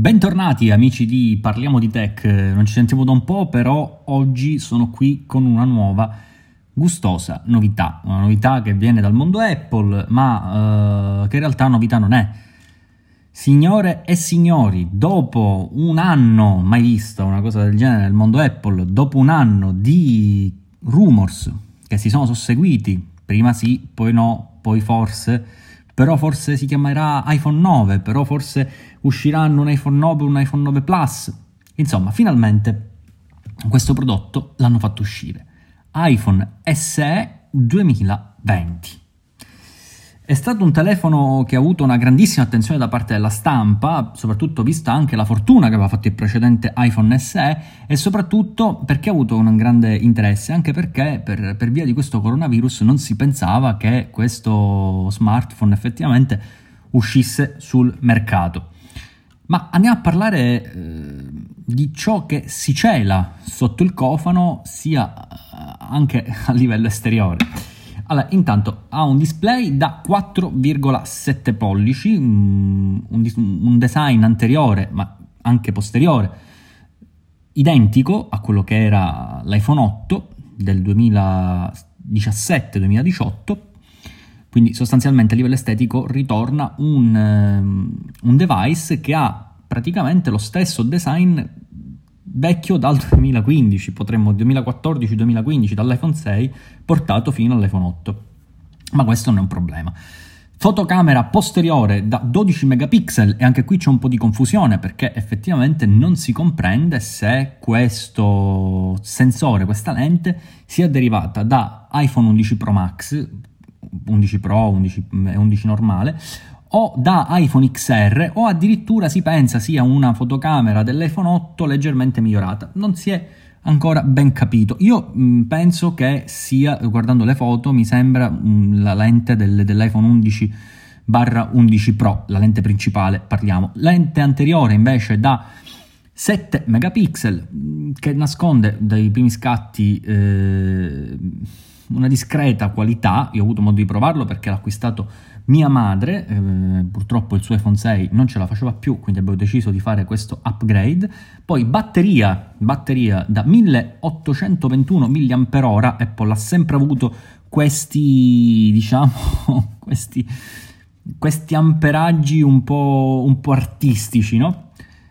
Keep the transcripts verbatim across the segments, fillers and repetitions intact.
Bentornati amici di Parliamo di Tech, non ci sentiamo da un po', però oggi sono qui con una nuova gustosa novità, una novità che viene dal mondo Apple, ma uh, che in realtà novità non è. Signore e signori, dopo un anno, mai vista una cosa del genere nel mondo Apple, dopo un anno di rumors che si sono susseguiti, prima sì, poi no, poi forse, però forse si chiamerà iPhone nove, però forse usciranno un iPhone nove e un iPhone nove Plus. Insomma, finalmente questo prodotto l'hanno fatto uscire. iPhone S E duemilaventi. È stato un telefono che ha avuto una grandissima attenzione da parte della stampa, soprattutto vista anche la fortuna che aveva fatto il precedente iPhone S E e soprattutto perché ha avuto un grande interesse, anche perché per, per via di questo coronavirus non si pensava che questo smartphone effettivamente uscisse sul mercato. Ma andiamo a parlare eh, di ciò che si cela sotto il cofano, sia eh, anche a livello esteriore. Allora, intanto ha un display da quattro virgola sette pollici, un, un design anteriore ma anche posteriore identico a quello che era l'iPhone otto del duemiladiciassette duemiladiciotto, quindi sostanzialmente a livello estetico ritorna un, um, un device che ha praticamente lo stesso design vecchio dal duemilaquindici, potremmo duemilaquattordici duemilaquindici, dall'iPhone sei portato fino all'iPhone otto, ma questo non è un problema. Fotocamera posteriore da dodici megapixel, e anche qui c'è un po' di confusione perché effettivamente non si comprende se questo sensore, questa lente, sia derivata da iPhone undici Pro Max, undici Pro, undici e undici normale, o da iPhone X R, o addirittura si pensa sia una fotocamera dell'iPhone otto leggermente migliorata. Non si è ancora ben capito. Io mh, penso che sia, guardando le foto, mi sembra mh, la lente del, dell'iPhone undici barra undici Pro, la lente principale, parliamo. Lente anteriore invece da sette megapixel, mh, che nasconde dai primi scatti eh, una discreta qualità. Io ho avuto modo di provarlo perché l'ha acquistato mia madre, eh, purtroppo il suo iPhone sei non ce la faceva più, quindi abbiamo deciso di fare questo upgrade. Poi batteria, batteria da milleottocentoventuno milliamperi orari, Apple ha sempre avuto questi, diciamo, questi, questi amperaggi un po', un po' artistici, no?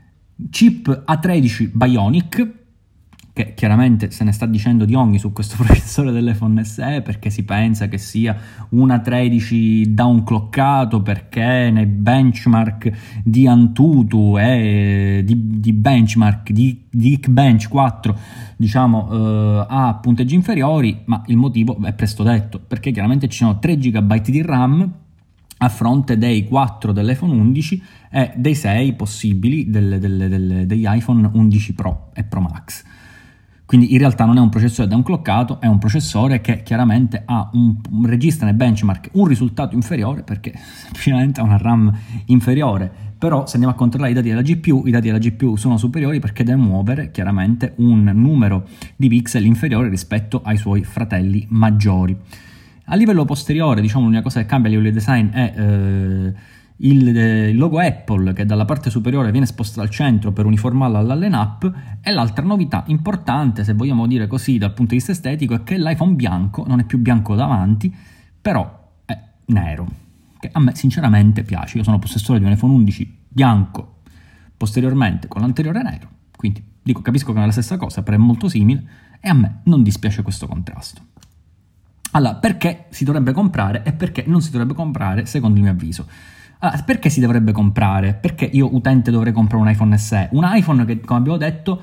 Chip A tredici Bionic, che chiaramente se ne sta dicendo di ogni su questo processore dell'iPhone S E, perché si pensa che sia un A tredici downclockato, perché nei benchmark di Antutu e di, di benchmark di, di Geekbench quattro diciamo eh, ha punteggi inferiori, ma il motivo è presto detto, perché chiaramente ci sono tre giga di RAM a fronte dei quattro dell'iPhone undici e dei sei possibili del, del, del, degli iPhone undici Pro e Pro Max. Quindi in realtà non è un processore downclockato, è un processore che chiaramente ha un, un registra nei benchmark un risultato inferiore perché semplicemente ha una RAM inferiore. Però se andiamo a controllare i dati della G P U, i dati della G P U sono superiori perché deve muovere chiaramente un numero di pixel inferiore rispetto ai suoi fratelli maggiori. A livello posteriore, diciamo, l'unica cosa che cambia a livello di design è eh, il, eh, il logo Apple, che dalla parte superiore viene spostato al centro per uniformarlo alla line-up, e l'altra novità importante, se vogliamo dire così dal punto di vista estetico, è che l'iPhone bianco non è più bianco davanti, però è nero, che a me sinceramente piace. Io sono possessore di un iPhone undici bianco posteriormente con l'anteriore nero, quindi dico, capisco che non è la stessa cosa, però è molto simile e a me non dispiace questo contrasto. Allora, perché si dovrebbe comprare e perché non si dovrebbe comprare secondo il mio avviso? Allora, perché si dovrebbe comprare? Perché io utente dovrei comprare un iPhone S E? Un iPhone che, come abbiamo detto,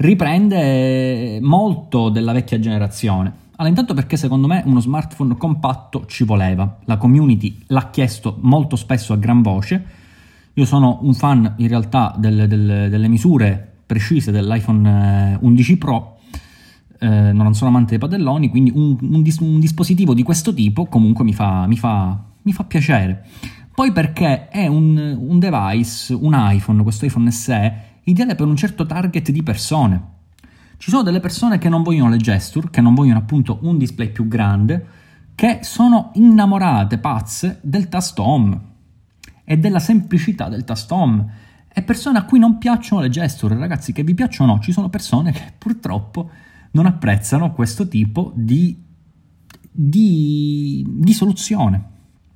riprende molto della vecchia generazione. Allora, intanto perché secondo me uno smartphone compatto ci voleva. La community l'ha chiesto molto spesso a gran voce. Io sono un fan in realtà del, del, delle misure precise dell'iPhone undici Pro, eh, non sono amante dei padelloni, quindi un, un, dis- un dispositivo di questo tipo comunque mi fa, mi fa, mi fa piacere. Poi perché è un, un device, un iPhone, questo iPhone S E, ideale per un certo target di persone. Ci sono delle persone che non vogliono le gesture, che non vogliono appunto un display più grande, che sono innamorate, pazze del tasto home e della semplicità del tasto home. e persone a cui non piacciono le gesture. Ragazzi, che vi piacciono o no, ci sono persone che purtroppo non apprezzano questo tipo di, di, di soluzione.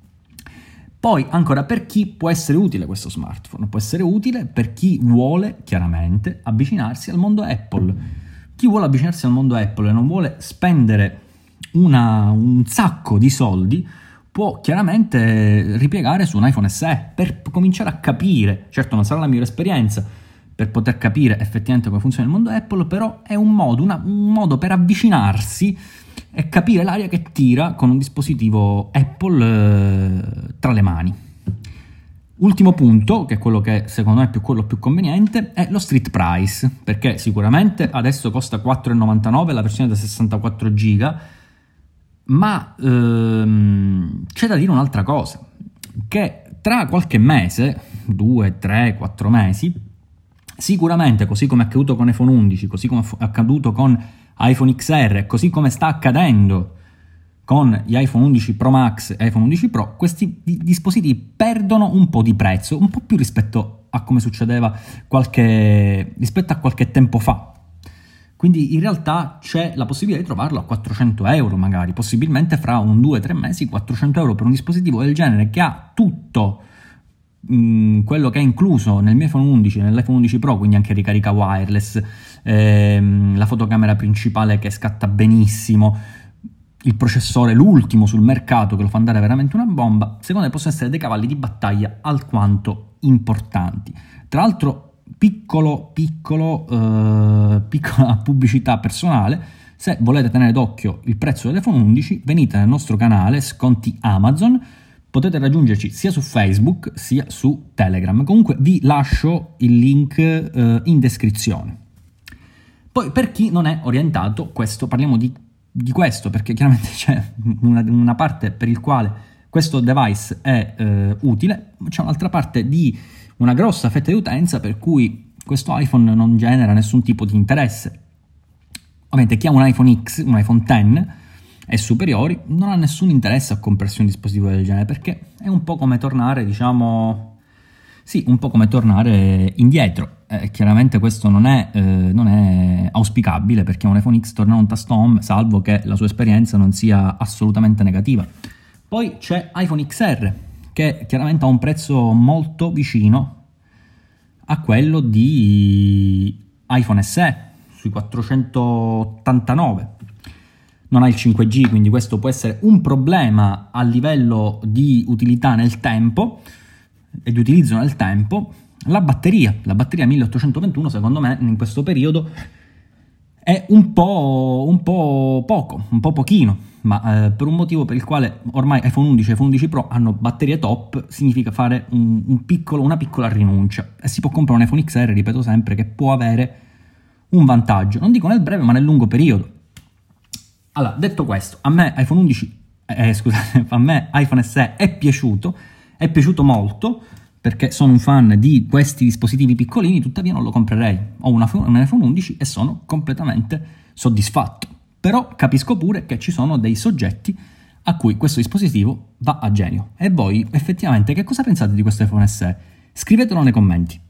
Poi, ancora, per chi può essere utile questo smartphone? Può essere utile per chi vuole, chiaramente, avvicinarsi al mondo Apple. Chi vuole avvicinarsi al mondo Apple e non vuole spendere una, un sacco di soldi, può chiaramente ripiegare su un iPhone S E per cominciare a capire. Certo, non sarà la migliore esperienza per poter capire effettivamente come funziona il mondo Apple, però è un modo, una, un modo per avvicinarsi e capire l'aria che tira con un dispositivo Apple eh, tra le mani. Ultimo punto, che è quello che secondo me è più, quello più conveniente, è lo street price, perché sicuramente adesso costa quattro virgola novantanove la versione da sessantaquattro giga, ma ehm, c'è da dire un'altra cosa, che tra qualche mese, due, tre, quattro mesi, sicuramente, così come è accaduto con iPhone undici, così come è accaduto con iPhone X R, così come sta accadendo con gli iPhone undici Pro Max e iPhone undici Pro, questi dispositivi perdono un po' di prezzo, un po' più rispetto a come succedeva qualche, rispetto a qualche tempo fa. Quindi in realtà c'è la possibilità di trovarlo a quattrocento euro magari, possibilmente fra un due tre mesi. Quattrocento euro per un dispositivo del genere che ha tutto mh, quello che è incluso nel mio iPhone undici, nell'iPhone undici Pro, quindi anche ricarica wireless, ehm, la fotocamera principale che scatta benissimo, il processore, l'ultimo sul mercato, che lo fa andare veramente una bomba. Secondo me possono essere dei cavalli di battaglia alquanto importanti. Tra l'altro, piccolo, piccolo, eh, piccola pubblicità personale: se volete tenere d'occhio il prezzo dell'iPhone undici, venite nel nostro canale Sconti Amazon, potete raggiungerci sia su Facebook sia su Telegram. Comunque vi lascio il link eh, in descrizione. Poi, per chi non è orientato, questo parliamo di, di questo, perché chiaramente c'è una, una parte per il quale questo device è eh, utile, c'è un'altra parte di una grossa fetta di utenza per cui questo iPhone non genera nessun tipo di interesse. Ovviamente chi ha un iPhone X, un iPhone X e superiori, non ha nessun interesse a comprarsi un dispositivo del genere, perché è un po' come tornare, diciamo, sì, un po' come tornare indietro. Eh, chiaramente questo non è, eh, non è auspicabile, perché un iPhone X torna a un tasto home, salvo che la sua esperienza non sia assolutamente negativa. Poi c'è iPhone X R, che chiaramente ha un prezzo molto vicino a quello di iPhone S E, sui quattrocentottantanove. Non ha il cinque G, quindi questo può essere un problema a livello di utilità nel tempo e di utilizzo nel tempo. La batteria, la batteria milleottocentoventuno, secondo me in questo periodo è un po', un po' poco, un po' pochino, ma eh, per un motivo per il quale ormai iPhone undici e iPhone undici Pro hanno batterie top, significa fare un, un piccolo, una piccola rinuncia, e si può comprare un iPhone X R, ripeto sempre, che può avere un vantaggio, non dico nel breve ma nel lungo periodo. Allora, detto questo, a me iPhone undici, eh, scusate, a me iPhone S E è piaciuto, è piaciuto molto, perché sono un fan di questi dispositivi piccolini, tuttavia non lo comprerei. Ho una, un iPhone undici e sono completamente soddisfatto. Però capisco pure che ci sono dei soggetti a cui questo dispositivo va a genio. E voi effettivamente che cosa pensate di questo iPhone S E? Scrivetelo nei commenti.